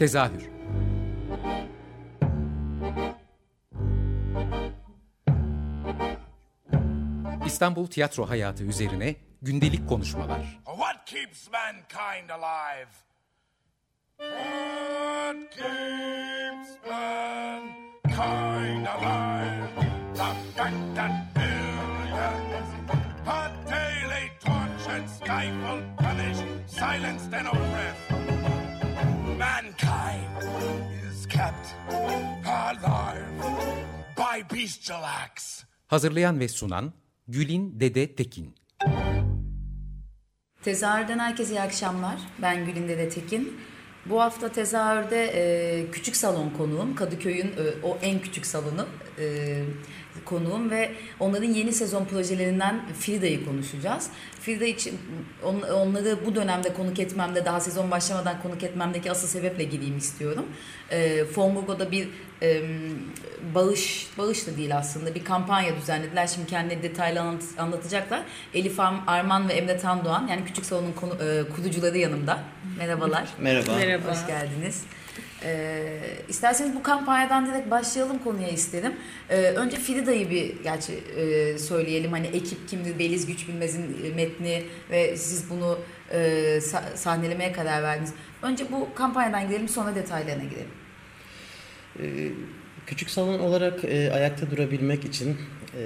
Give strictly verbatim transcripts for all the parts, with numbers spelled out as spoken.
Tezahür. İstanbul tiyatro hayatı üzerine gündelik konuşmalar. What keeps mankind alive? What keeps mankind alive? The fact that billions are daily tortured, stifled, punished, silenced and oppressed. Mankind is kept alive by bestial acts. Hazırlayan ve sunan Gülin Dede Tekin. Tezahürden herkese iyi akşamlar. Ben Gülin Dede Tekin. Bu hafta tezahürde e, küçük salon konuğum. Kadıköy'ün e, o en küçük salonu e, konuğum ve onların yeni sezon projelerinden Frida'yı konuşacağız. Frida için on, onları bu dönemde konuk etmemde, daha sezon başlamadan konuk etmemdeki asıl sebeple gireyim istiyorum. E, Fongogo'da bir e, bağış, bağış da değil aslında, bir kampanya düzenlediler. Şimdi kendileri detaylı anlat, anlatacaklar. Elif Arman ve Emre Tandoğan, yani küçük salonun konu, e, kurucuları yanımda. Merhabalar. Merhaba. Merhaba. Hoş geldiniz. Ee, isterseniz bu kampanyadan direkt başlayalım, konuya isterim. Ee, önce Frida'yı bir gerçi e, söyleyelim. Hani ekip kimdir, Beliz Güç Bilmez'in metni ve siz bunu e, sa- sahnelemeye karar verdiniz. Önce bu kampanyadan gidelim, sonra detaylarına girelim. Ee, küçük salon olarak e, ayakta durabilmek için e,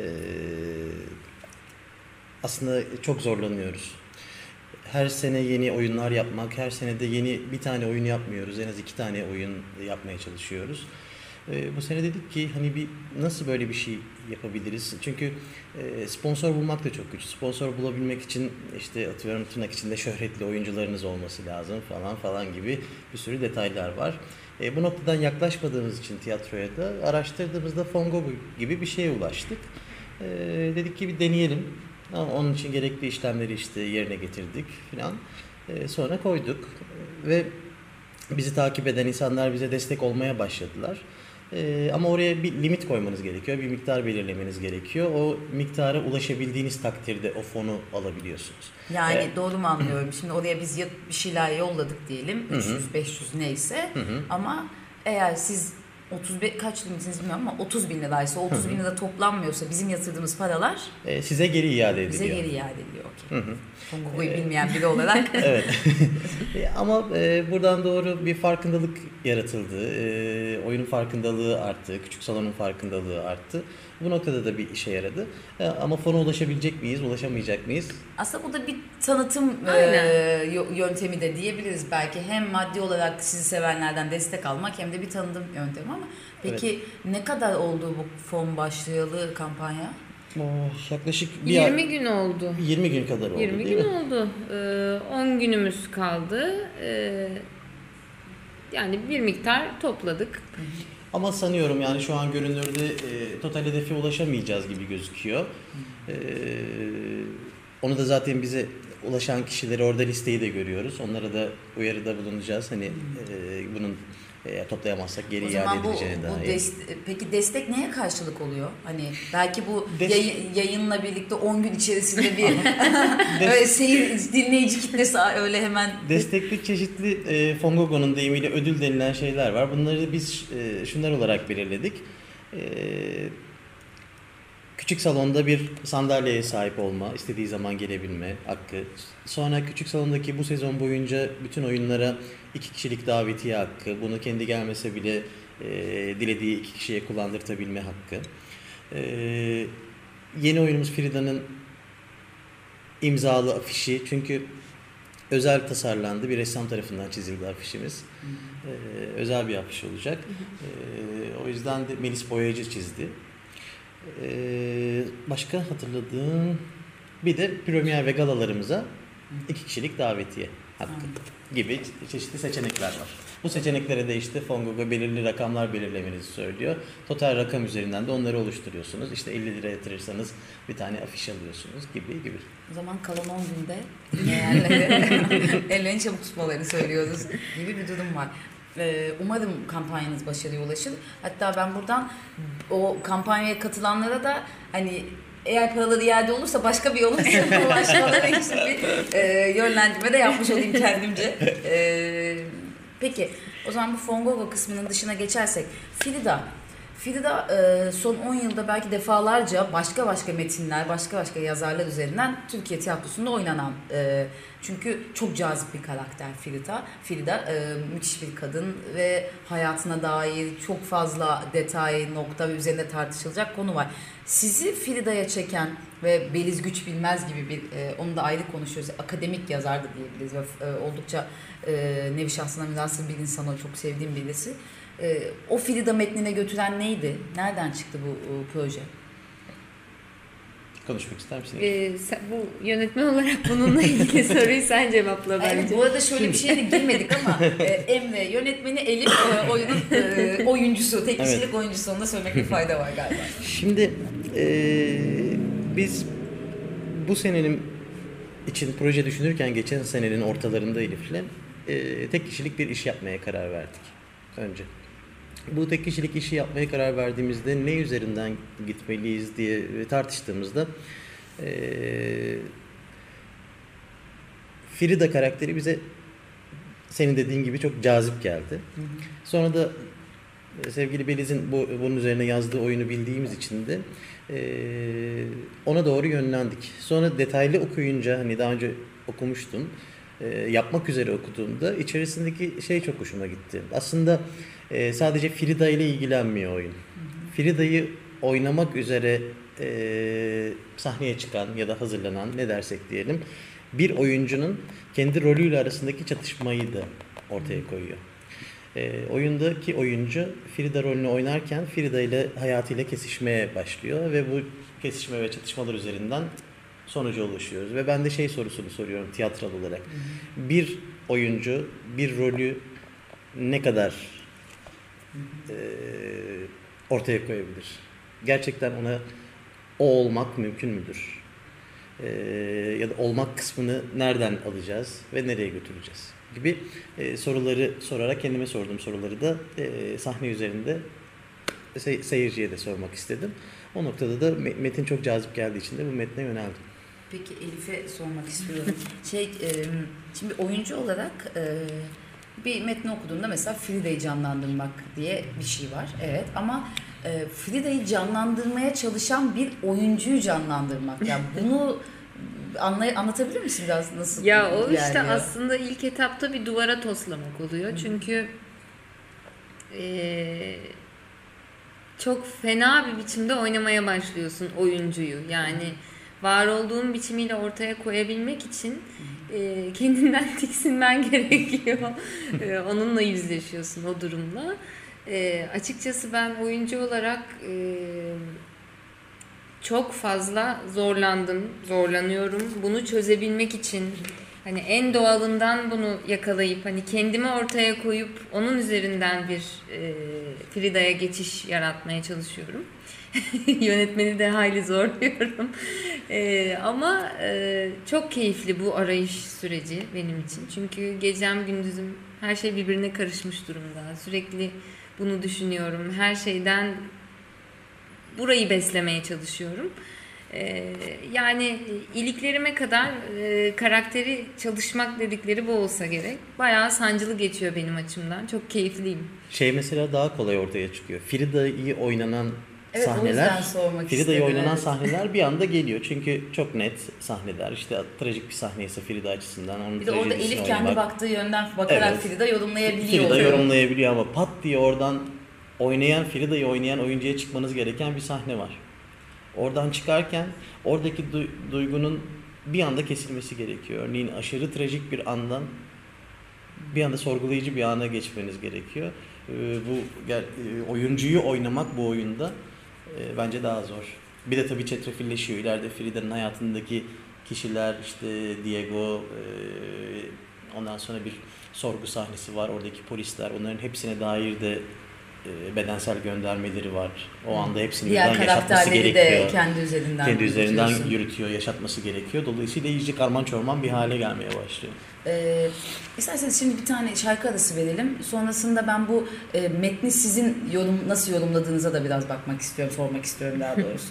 aslında çok zorlanıyoruz. Her sene yeni oyunlar yapmak, her sene de yeni bir tane oyun yapmıyoruz. En az iki tane oyun yapmaya çalışıyoruz. Ee, bu sene dedik ki hani bir nasıl böyle bir şey yapabiliriz? Çünkü e, sponsor bulmak da çok güç. Sponsor bulabilmek için işte atıyorum tırnak içinde şöhretli oyuncularınız olması lazım falan falan gibi bir sürü detaylar var. E, bu noktadan yaklaşmadığımız için tiyatroya da araştırdığımızda Fongogo gibi bir şeye ulaştık. E, dedik ki bir deneyelim. Ama onun için gerekli işlemleri işte yerine getirdik filan. Ee, sonra koyduk ve bizi takip eden insanlar bize destek olmaya başladılar. Ee, ama oraya bir limit koymanız gerekiyor, bir miktar belirlemeniz gerekiyor. O miktara ulaşabildiğiniz takdirde o fonu alabiliyorsunuz. Yani ee, doğru mu anlıyorum? Şimdi oraya biz bir şeyler yolladık diyelim, üç yüz beş yüz neyse. Hı hı. Ama eğer siz otuz beş kaç limitiniz bilmiyorum ama otuz bin liraysa, otuz bin lira toplanmıyorsa bizim yatırdığımız paralar e, size geri iade ediliyor. Bize geri iade ediliyor. Okay. Fongogo'yu e, bilmeyen biri olarak. Evet. Ama e, buradan doğru bir farkındalık yaratıldı. E, oyunun farkındalığı arttı. Küçük salonun farkındalığı arttı. Bu noktada da bir işe yaradı. E, ama fona ulaşabilecek miyiz, ulaşamayacak mıyız? Aslında bu da bir tanıtım e, yöntemi de diyebiliriz belki. Hem maddi olarak sizi sevenlerden destek almak hem de bir tanıtım yöntemi ama peki evet. Ne kadar oldu bu fon başlayalı kampanya? Oh, yaklaşık bir yirmi ay, gün oldu. yirmi gün kadar oldu. yirmi gün mi? oldu. Ee, on günümüz kaldı. Ee, yani bir miktar topladık. Ama sanıyorum yani şu an görünürde e, total hedefe ulaşamayacağız gibi gözüküyor. E, onu da zaten bize ulaşan kişileri orada listeyi de görüyoruz. Onlara da uyarıda bulunacağız. Hani e, bunun e, toplayamazsak geri iade edileceğine dair. Dest- peki destek neye karşılık oluyor? Hani belki bu Des- yayın, yayınla birlikte on gün içerisinde bir öyle seyir dinleyici kitlesi öyle hemen. Destekli çeşitli e, Fongogo'nun deyimiyle ödül denilen şeyler var. Bunları biz e, şunlar olarak belirledik. E, Küçük salonda bir sandalyeye sahip olma, istediği zaman gelebilme hakkı. Sonra küçük salondaki bu sezon boyunca bütün oyunlara iki kişilik davetiye hakkı. Bunu kendi gelmese bile e, dilediği iki kişiye kullandırtabilme hakkı. E, yeni oyunumuz Frida'nın imzalı afişi. Çünkü özel tasarlandı. Bir ressam tarafından çizildi afişimiz. E, özel bir afiş olacak. E, o yüzden de Melis Boyacı çizdi. Ee, başka hatırladığım bir de premier ve galalarımıza iki kişilik davetiye hakkı gibi çeşitli seçenekler var. Bu seçeneklere de işte Fongogo belirli rakamlar belirlemenizi söylüyor. Total rakam üzerinden de onları oluşturuyorsunuz. İşte elli lira yatırırsanız bir tane afiş alıyorsunuz gibi gibi. O zaman kalan on günde yerleri ellerini çabuk tutmalarını söylüyoruz gibi bir durum var. Umarım kampanyanız başarıya ulaşır. Hatta ben buradan o kampanyaya katılanlara da hani eğer paraları iade olursa başka bir yola ulaşmaları için bir e, yönlendirme de yapmış olayım kendimce. E, Peki o zaman bu Fongogo kısmının dışına geçersek Frida. Frida e, son on yılda belki defalarca başka başka metinler, başka başka yazarlar üzerinden Türkiye tiyatrosunda oynanan e, çünkü çok cazip bir karakter Frida. Frida e, müthiş bir kadın ve hayatına dair çok fazla detay, nokta ve üzerinde tartışılacak konu var. Sizi Frida'ya çeken ve Beliz Güç Bilmez gibi bir, e, onu da ayrı konuşuyoruz, akademik yazardı diyebiliriz ve e, oldukça e, nevi şahsına münhasır bir insan, o çok sevdiğim birisi. E, o Frida metnine götüren neydi? Nereden çıktı bu e, proje? Konuşmak ister misin? Ee, sen, bu yönetmen olarak bununla ilgili soruyu sen cevapla bence. Evet, bu arada şöyle bir şeye de girmedik ama e, Emre yönetmeni, Elif e, oyunun e, oyuncusu, tek kişilik evet. oyuncusu, onu da söylemekte fayda var galiba. Şimdi e, biz bu senenin için proje düşünürken geçen senenin ortalarında Elif'le e, tek kişilik bir iş yapmaya karar verdik önce. Bu tek kişilik işi yapmaya karar verdiğimizde ne üzerinden gitmeliyiz diye tartıştığımızda e, Frida karakteri bize senin dediğin gibi çok cazip geldi. Hı hı. Sonra da sevgili Beliz'in bu, bunun üzerine yazdığı oyunu bildiğimiz için de e, ona doğru yönlendik. Sonra detaylı okuyunca, hani daha önce okumuştum, e, yapmak üzere okuduğumda içerisindeki şey çok hoşuma gitti. Aslında e, sadece Frida ile ilgilenmiyor oyun. Hı hı. Frida'yı oynamak üzere e, sahneye çıkan ya da hazırlanan, ne dersek diyelim, bir oyuncunun kendi rolüyle arasındaki çatışmayı da ortaya koyuyor. E, oyundaki oyuncu Frida rolünü oynarken Frida ile hayatıyla kesişmeye başlıyor ve bu kesişme ve çatışmalar üzerinden sonuca ulaşıyoruz. Ve ben de şey sorusunu soruyorum tiyatral olarak. Hı hı. Bir oyuncu bir rolü ne kadar e, ortaya koyabilir? Gerçekten ona o olmak mümkün müdür? E, ya da olmak kısmını nereden alacağız ve nereye götüreceğiz? Gibi e, soruları sorarak kendime sorduğum soruları da e, sahne üzerinde se- seyirciye de sormak istedim. O noktada da metin çok cazip geldiği için de bu metne yöneldim. Peki Elif'e sormak istiyorum. şey, e, şimdi oyuncu olarak e, bir metni okuduğunda mesela Frida'yı canlandırmak diye bir şey var. Evet, ama e, Frida'yı canlandırmaya çalışan bir oyuncuyu canlandırmak. Yani bunu anlay- anlatabilir misin biraz nasıl? Ya o ilerliyor? işte aslında ilk etapta bir duvara toslamak oluyor. Hı. Çünkü e, çok fena bir biçimde oynamaya başlıyorsun oyuncuyu. Yani Hı. var olduğun biçimiyle ortaya koyabilmek için e, kendinden tiksinmen gerekiyor. e, onunla yüzleşiyorsun, o durumla. E, açıkçası ben oyuncu olarak e, çok fazla zorlandım, zorlanıyorum. Bunu çözebilmek için hani en doğalından bunu yakalayıp hani kendimi ortaya koyup onun üzerinden bir e, Frida'ya geçiş yaratmaya çalışıyorum. Yönetmeni de hayli zorluyorum. E, ama e, çok keyifli bu arayış süreci benim için. Çünkü gecem gündüzüm her şey birbirine karışmış durumda. Sürekli bunu düşünüyorum. Her şeyden burayı beslemeye çalışıyorum. Ee, yani iliklerime kadar e, karakteri çalışmak dedikleri bu olsa gerek. Bayağı sancılı geçiyor benim açımdan. Çok keyifliyim. Şey mesela daha kolay ortaya çıkıyor. Frida'yı oynanan evet, sahneler, Frida'yı oynanan evet. sahneler bir anda geliyor. Çünkü çok net sahneler. İşte trajik bir sahneyse Frida açısından. Onun bir de orada Elif kendi oynamak, baktığı yönden bakarak evet, Frida yorumlayabiliyor. Frida yorumlayabiliyor ama pat diye oradan oynayan, Frida'yı oynayan oyuncuya çıkmanız gereken bir sahne var. Oradan çıkarken oradaki du- duygunun bir anda kesilmesi gerekiyor. Örneğin aşırı trajik bir andan bir anda sorgulayıcı bir ana geçmeniz gerekiyor. Ee, bu gel, e, oyuncuyu oynamak bu oyunda e, bence daha zor. Bir de tabii çetrefilleşiyor. İleride Frida'nın hayatındaki kişiler, işte Diego, e, ondan sonra bir sorgu sahnesi var. Oradaki polisler, onların hepsine dair de bedensel göndermeleri var. O anda hepsini yaşatması gerekiyor. De kendi üzerinden kendi üzerinden yürütüyor, yaşatması gerekiyor. Dolayısıyla iyice karman çorman bir hale gelmeye başlıyor. Ee, isterseniz şimdi bir tane şarkı arası verelim. Sonrasında ben bu e, metni sizin yorum nasıl yorumladığınıza da biraz bakmak istiyorum, sormak istiyorum daha doğrusu.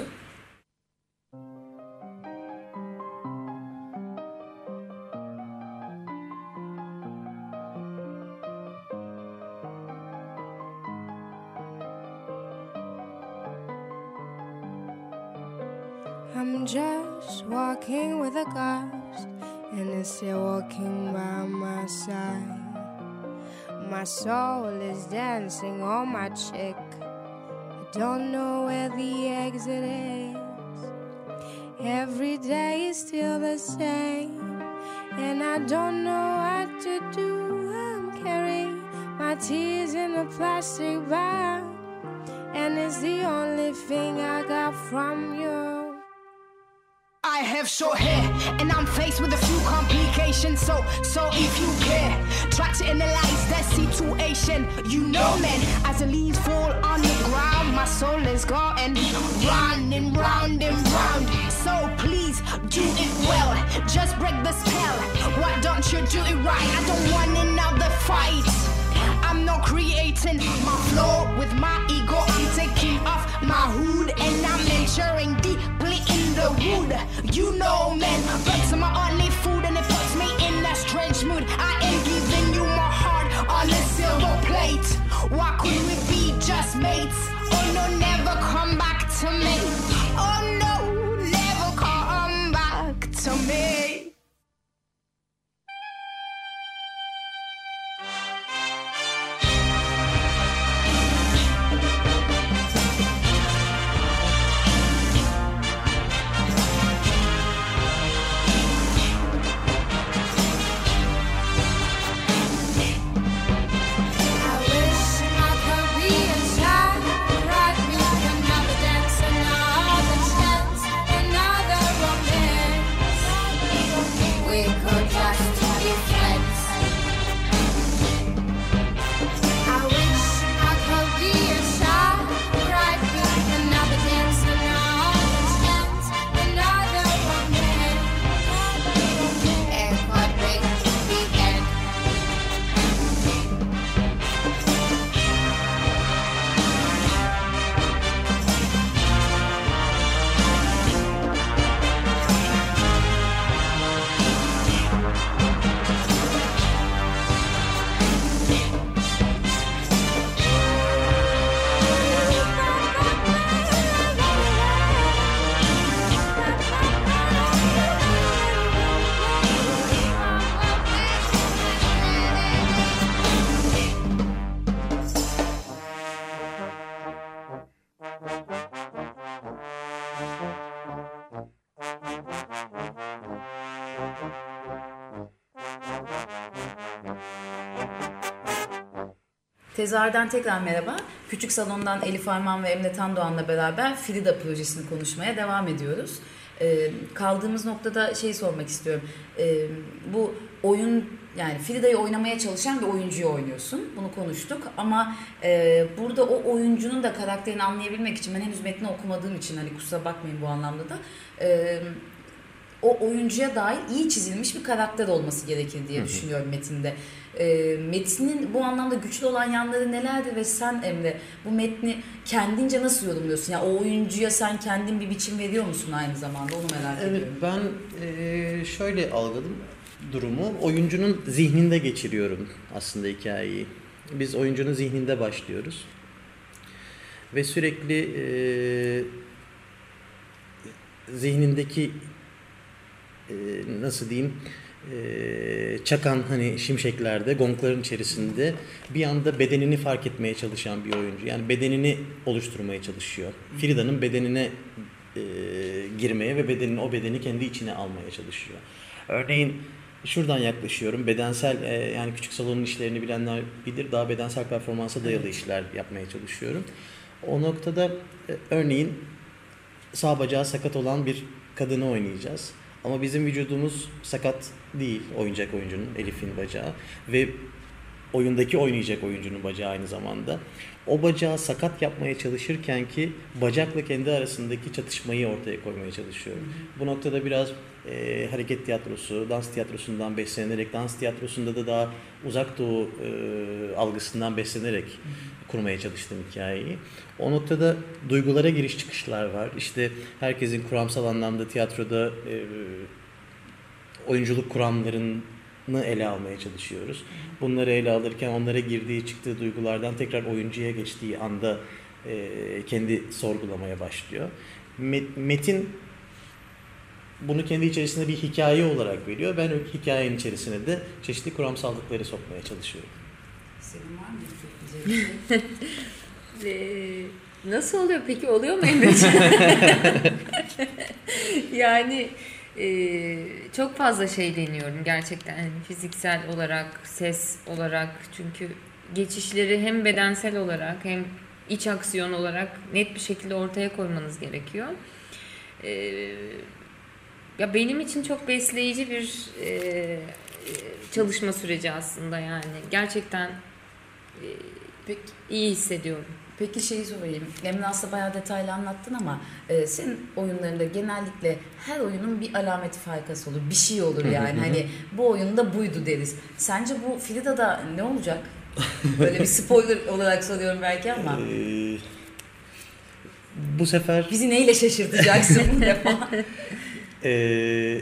I'm just walking with a ghost, and it's still walking by my side. My soul is dancing on my cheek. I don't know where the exit is. Every day is still the same, and I don't know what to do. I'm carrying my tears in a plastic bag, and it's the only thing I got from you. I have short hair, and I'm faced with a few complications. So, so if you care, try to analyze that situation. You know, man, as the leaves fall on the ground, my soul is going round and round and round. So please do it well, just break the spell. Why don't you do it right? I don't want another fight. I'm not creating my flow with my ego. I'm taking off my hood and I'm entering deeply in the wood. You know, man, birds are my only food, and it puts me in a strange mood. I am giving you my heart on a silver plate. Why couldn't we be just mates? Oh no, never come back to me. Oh no, never come back to me. Tezahürden tekrar merhaba. Küçük Salon'dan Elif Arman ve Emre Tandoğan'la beraber Frida projesini konuşmaya devam ediyoruz. Ee, kaldığımız noktada şeyi sormak istiyorum. Ee, bu oyun, yani Frida'yı oynamaya çalışan bir oyuncuyu oynuyorsun. Bunu konuştuk ama e, burada o oyuncunun da karakterini anlayabilmek için, ben henüz metni okumadığım için, hani kusura bakmayın bu anlamda da, e, o oyuncuya dair iyi çizilmiş bir karakter olması gerekir diye Hı-hı. düşünüyorum metinde. E, metnin bu anlamda güçlü olan yanları nelerdir ve sen Emre bu metni kendince nasıl yorumluyorsun? Yani o oyuncuya sen kendin bir biçim veriyor musun aynı zamanda? Onu merak evet, ediyorum. Ben e, şöyle algıladım durumu. Oyuncunun zihninde geçiriyorum aslında hikayeyi. Biz oyuncunun zihninde başlıyoruz. Ve sürekli e, zihnindeki e, nasıl diyeyim e, çakan hani şimşeklerde, gongların içerisinde bir anda bedenini fark etmeye çalışan bir oyuncu. Yani bedenini oluşturmaya çalışıyor. Frida'nın bedenine e, girmeye ve bedenini, o bedeni kendi içine almaya çalışıyor. Örneğin şuradan yaklaşıyorum. Bedensel e, yani Küçük Salon'un işlerini bilenler bilir. Daha bedensel performansa dayalı evet. işler yapmaya çalışıyorum. O noktada e, örneğin sağ bacağı sakat olan bir kadını oynayacağız. Ama bizim vücudumuz sakat değil, oyuncak oyuncunun, Elif'in bacağı ve oyundaki oynayacak oyuncunun bacağı aynı zamanda. O bacağı sakat yapmaya çalışırken ki bacakla kendi arasındaki çatışmayı ortaya koymaya çalışıyorum. Hı hı. Bu noktada biraz e, hareket tiyatrosu, dans tiyatrosundan beslenerek, dans tiyatrosunda da daha uzak doğu e, algısından beslenerek hı hı. kurmaya çalıştım hikayeyi. O noktada duygulara giriş çıkışlar var. İşte herkesin kuramsal anlamda tiyatroda e, oyunculuk kuramlarını ele almaya çalışıyoruz. Bunları ele alırken onlara girdiği çıktığı duygulardan tekrar oyuncuya geçtiği anda e, kendi sorgulamaya başlıyor. Met, metin bunu kendi içerisinde bir hikaye olarak veriyor. Ben o hikayenin içerisine de çeşitli kuramsallıkları sokmaya çalışıyorum. Senin var mı çok güzel bir şey? Ee, nasıl oluyor peki? Oluyor mu Emre'ciğim? Yani e, çok fazla şey deniyorum gerçekten. Yani fiziksel olarak, ses olarak. Çünkü geçişleri hem bedensel olarak hem iç aksiyon olarak net bir şekilde ortaya koymanız gerekiyor. Ee, ya benim için çok besleyici bir e, çalışma süreci aslında yani. Gerçekten e, Peki, iyi hissediyorum. peki şeyi sorayım. Emre aslında bayağı detaylı anlattın ama e, senin oyunlarında genellikle her oyunun bir alameti farkası olur. Bir şey olur yani. Hani bu oyunda buydu deriz. Sence bu Frida'da ne olacak? Böyle bir spoiler olarak soruyorum belki ama. Ee, bu sefer Bizi neyle şaşırtacaksın bu defa? Ee,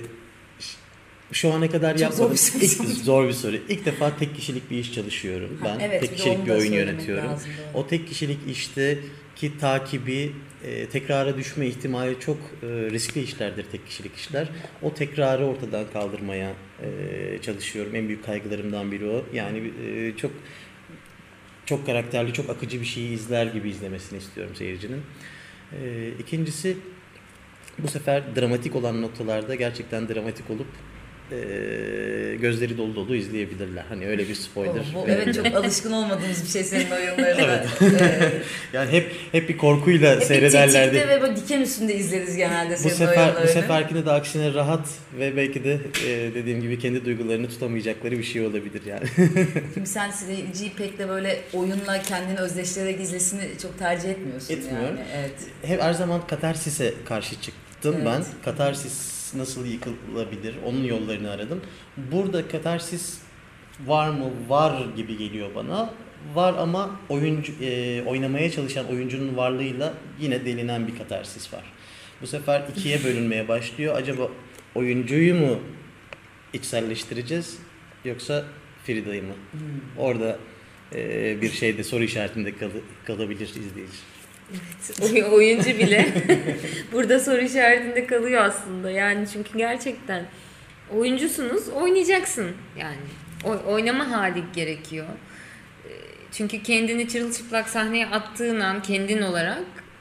şu ana kadar Çok yapmadım. zor bir soru İlk, sordum. zor bir soru. İlk defa tek kişilik bir iş çalışıyorum. Ha, Ben evet, tek bir de kişilik onu bir da oyun söylemek yönetiyorum. lazım, doğru. O tek kişilik işteki takibi, e, tekrara düşme ihtimali çok e, riskli işlerdir tek kişilik işler. O tekrarı ortadan kaldırmaya e, çalışıyorum. En büyük kaygılarımdan biri o. Yani e, çok çok karakterli, çok akıcı bir şeyi izler gibi izlemesini istiyorum seyircinin. E, ikincisi, bu sefer dramatik olan noktalarda gerçekten dramatik olup e, gözleri dolu dolu izleyebilirler. Hani öyle bir spoiler. Oh, bu, evet, çok alışkın olmadığımız bir şey senin oyunlarında. Evet. Evet. Yani hep hep bir korkuyla Hep bir seyrederlerdi. tetikte ve böyle diken üstünde izleriz genelde Bu senin sefer oyunlarını. bu seferkinde de aksine rahat ve belki de e, dediğim gibi kendi duygularını tutamayacakları bir şey olabilir yani. Şimdi sen seyirciyi pek de böyle oyunla kendini özdeşleyerek izlesini çok tercih etmiyorsun. Etmiyorum. Yani. Evet. Hep her zaman katarsise karşı çıktım Evet. ben. Katarsis nasıl yıkılabilir? Onun yollarını aradım. Burada katarsis var mı? Var gibi geliyor bana. Var ama oyuncu e, oynamaya çalışan oyuncunun varlığıyla yine delinen bir katarsis var. Bu sefer ikiye bölünmeye başlıyor. Acaba oyuncuyu mu içselleştireceğiz yoksa Frida'yı mı? Hmm. Orada e, bir şeyde soru işaretinde kal- kalabilir izleyici. Oy- oyuncu bile burada soru işaretinde kalıyor aslında. Yani çünkü gerçekten oyuncusunuz, oynayacaksın yani. O- oynama hali gerekiyor. Ee, Çünkü kendini çırılçıplak sahneye attığın an kendin olarak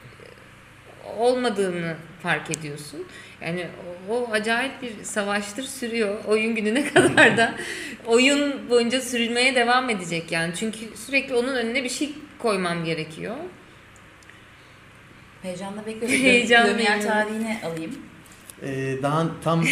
e, olmadığını fark ediyorsun. Yani o, o acayip bir savaştır, sürüyor. Oyun gününe kadar da oyun boyunca sürülmeye devam edecek yani. Çünkü sürekli onun önüne bir şey koymam gerekiyor. Heyecanla bekliyorum. Heyecanlıyım. Premier tarihini alayım. Ee, daha tam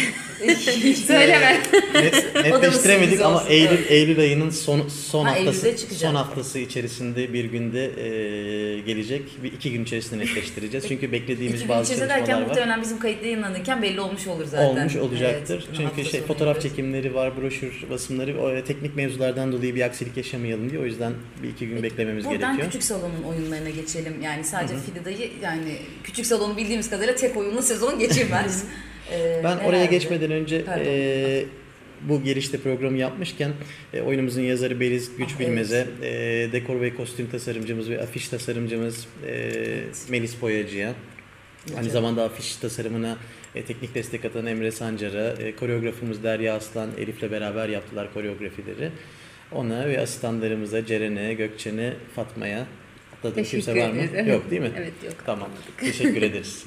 Söyleme. net, O da netleştiremedik sürpriz ama olsun, Eylül evet. Eylül ayının son son Ha, haftası Eylül'de çıkacak. son haftası içerisinde bir günde e, gelecek. Bir iki gün içerisinde netleştireceğiz. Çünkü beklediğimiz İki gün bazı içerisinde derken çalışmalar var. muhtemelen bizim kayıt yayınlanırken belli olmuş olur zaten. Olmuş olacaktır. Evet, Çünkü hafta şey sonu fotoğraf yaparız. çekimleri var, broşür basımları, o, e, teknik mevzulardan dolayı bir aksilik yaşamayalım diye o yüzden bir iki gün beklememiz Buradan gerekiyor. küçük salonun oyunlarına geçelim. Yani sadece Frida'yı yani küçük salonu bildiğimiz kadarıyla tek oyunlu sezon geçirmez. Ee, Ben oraya herhalde. geçmeden önce Pardon. e, bu girişte programı yapmışken e, oyunumuzun yazarı Beliz Güç Ah, Bilmez'e, e, dekor ve kostüm tasarımcımız ve afiş tasarımcımız e, Melis Boyacı'ya, aynı zamanda afiş tasarımına e, teknik destek atan Emre Sancar'a, e, koreografımız Derya Aslan, Elif'le beraber yaptılar koreografileri. Ona ve asistanlarımıza Ceren'e, Gökçen'e, Fatma'ya, atladığım Teşekkür kimse var mı? ederiz. Evet. Yok değil mi? Evet, yok. Tamam. Teşekkür ederiz.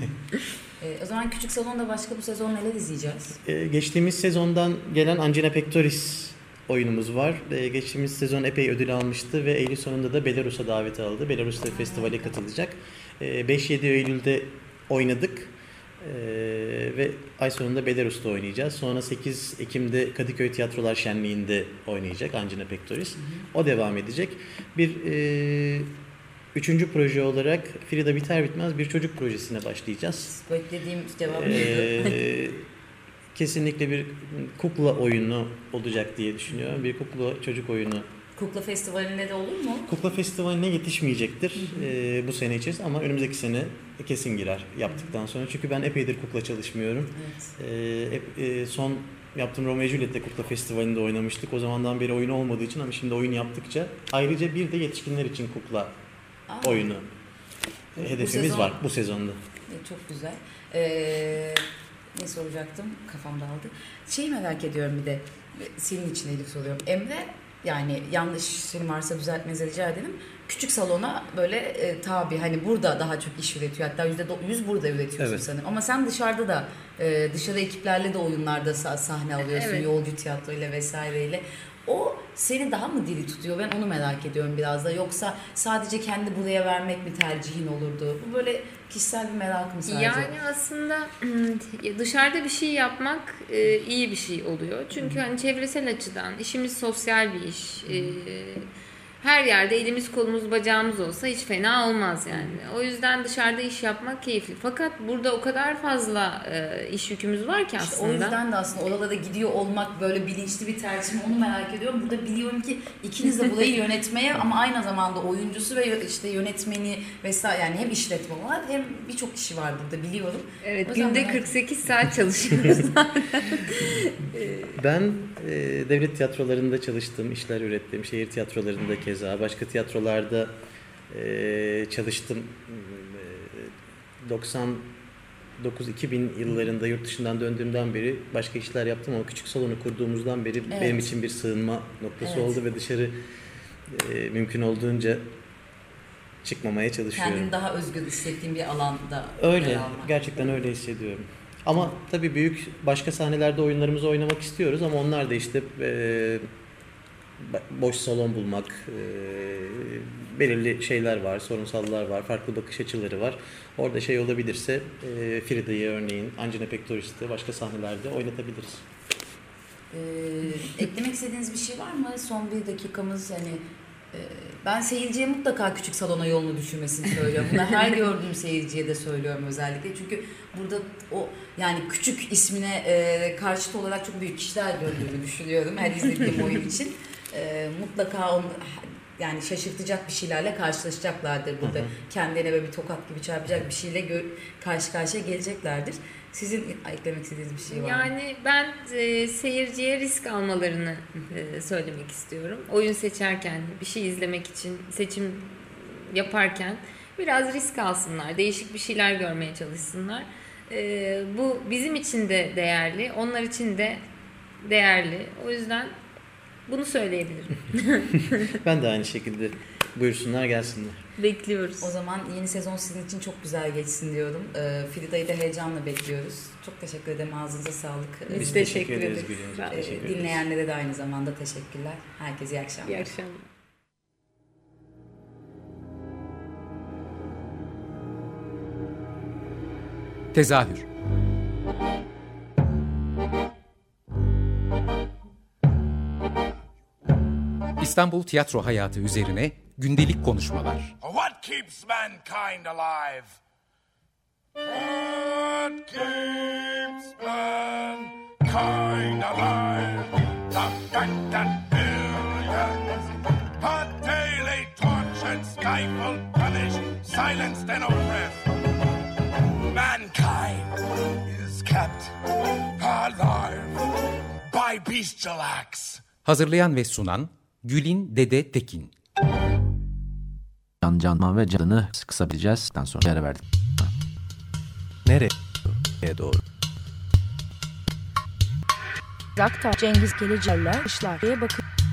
Ee, o zaman küçük salonda başka bu sezon neler izleyeceğiz? Ee, geçtiğimiz sezondan gelen Angina Pectoris oyunumuz var. Ee, geçtiğimiz sezon epey ödül almıştı ve Eylül sonunda da Belarus'a davet aldı. Belarus'ta festivale katılacak. Ee, beş yedi Eylül'de oynadık. Ee, ve ay sonunda Belarus'ta oynayacağız. Sonra sekiz Ekim'de Kadıköy Tiyatrolar Şenliği'nde oynayacak Angina Pectoris. O devam edecek. Bir e, üçüncü proje olarak Frida biter bitmez bir çocuk projesine başlayacağız. Beklediğim cevabı Ee, kesinlikle bir kukla oyunu olacak diye düşünüyorum. Bir kukla çocuk oyunu. Kukla Festivali'nde de olur mu? Kukla Festivali'ne yetişmeyecektir e, bu sene içerisinde ama önümüzdeki sene kesin girer yaptıktan sonra. Çünkü ben epeydir kukla çalışmıyorum. Evet. E, hep, e, son yaptığım Romeo ve Juliet'te Kukla Festivali'nde oynamıştık. O zamandan beri oyun olmadığı için ama şimdi oyun yaptıkça. Ayrıca bir de yetişkinler için kukla Aa, oyunu bu hedefimiz sezon- var bu sezonda. e, Çok güzel. Ee, Ne soracaktım? Kafam dağıldı. Şeyi merak ediyorum bir de. Senin için Elif soruyorum. Emre, yani yanlışım varsa düzeltmenizi rica edelim. Küçük salona böyle e, tabi hani burada daha çok iş üretiyor. Hatta yüzde yüz burada üretiyorsun evet. sanırım. Ama sen dışarıda da e, dışarı ekiplerle de oyunlarda sah- sahne alıyorsun. Evet. Yolcu tiyatroyla vesaireyle. O seni daha mı diri tutuyor? Ben onu merak ediyorum biraz da. Yoksa sadece kendi buraya vermek mi tercihin olurdu? Bu böyle kişisel bir merak mı sadece? Yani aslında dışarıda bir şey yapmak e, iyi bir şey oluyor. Çünkü Hı. hani çevresel açıdan işimiz sosyal bir iş. E, her yerde elimiz kolumuz bacağımız olsa hiç fena olmaz yani. O yüzden dışarıda iş yapmak keyifli. Fakat burada o kadar fazla e, iş yükümüz var ki aslında. İşte o yüzden de aslında oralara gidiyor olmak böyle bilinçli bir tercih mi, onu merak ediyorum. Burada biliyorum ki ikiniz de burayı yönetmeye ama aynı zamanda oyuncusu ve işte yönetmeni vesaire, yani hem işletme var hem birçok kişi var burada biliyorum. Evet, günde kırk sekiz saat çalışıyoruz. Ben e, devlet tiyatrolarında çalıştım, işler ürettim. Şehir tiyatrolarında keza, başka tiyatrolarda e, çalıştım. E, doksan dokuz iki bin yıllarında yurt dışından döndüğümden beri başka işler yaptım ama küçük salonu kurduğumuzdan beri evet. benim için bir sığınma noktası evet. oldu ve dışarı e, mümkün olduğunca çıkmamaya çalışıyorum. Kendini daha özgür hissettiğin bir alanda. Öyle, gerçekten öyle hissediyorum. Ama tabii büyük başka sahnelerde oyunlarımızı oynamak istiyoruz ama onlar da işte e, boş salon bulmak, e, belirli şeyler var, sorunsallar var, farklı bakış açıları var. Orada şey olabilirse e, Frida'yı örneğin, Angina Pectoris'te başka sahnelerde oynatabiliriz. Ee, eklemek istediğiniz bir şey var mı? Son bir dakikamız yani. Ben seyirciye mutlaka küçük salona yolunu düşürmesini söylüyorum. Bunu her gördüğüm seyirciye de söylüyorum özellikle. Çünkü burada o yani küçük ismine e, karşıt olarak çok büyük kişiler gördüğümü düşünüyorum her izlediğim oyun için. E, mutlaka onu yani şaşırtacak bir şeylerle karşılaşacaklardır burada. Hı hı. Kendilerine böyle bir tokat gibi çarpacak bir şeyle gö- karşı karşıya geleceklerdir. Sizin eklemek istediğiniz bir şey var mı? Yani ben e, seyirciye risk almalarını e, söylemek istiyorum. Oyun seçerken, bir şey izlemek için seçim yaparken biraz risk alsınlar. Değişik bir şeyler görmeye çalışsınlar. E, bu bizim için de değerli, onlar için de değerli. O yüzden bunu söyleyebilirim. Ben de aynı şekilde. Buyursunlar, gelsinler. Bekliyoruz. O zaman yeni sezon sizin için çok güzel geçsin diyorum. Ee, Frida'yı da heyecanla bekliyoruz. Çok teşekkür ederim. Ağzınıza sağlık. Biz, Biz teşekkür, teşekkür ederiz. ederiz. Ee, dinleyenlere de aynı zamanda teşekkürler. Herkese iyi akşamlar. İyi akşamlar. Tezahür. İstanbul tiyatro hayatı üzerine gündelik konuşmalar. What keeps mankind alive? What keeps mankind alive? The fact that billions are daily tortured, stifled, punished, silenced and oppressed. Mankind is kept alive by bestial acts. Hazırlayan ve sunan Gülin Dede Tekin. Can Canman ve Can'ı kısabileceğiz. Daha sonra yere verdik. Nereye doğru? Rakta Cengiz Geleceğler işler diye bakın.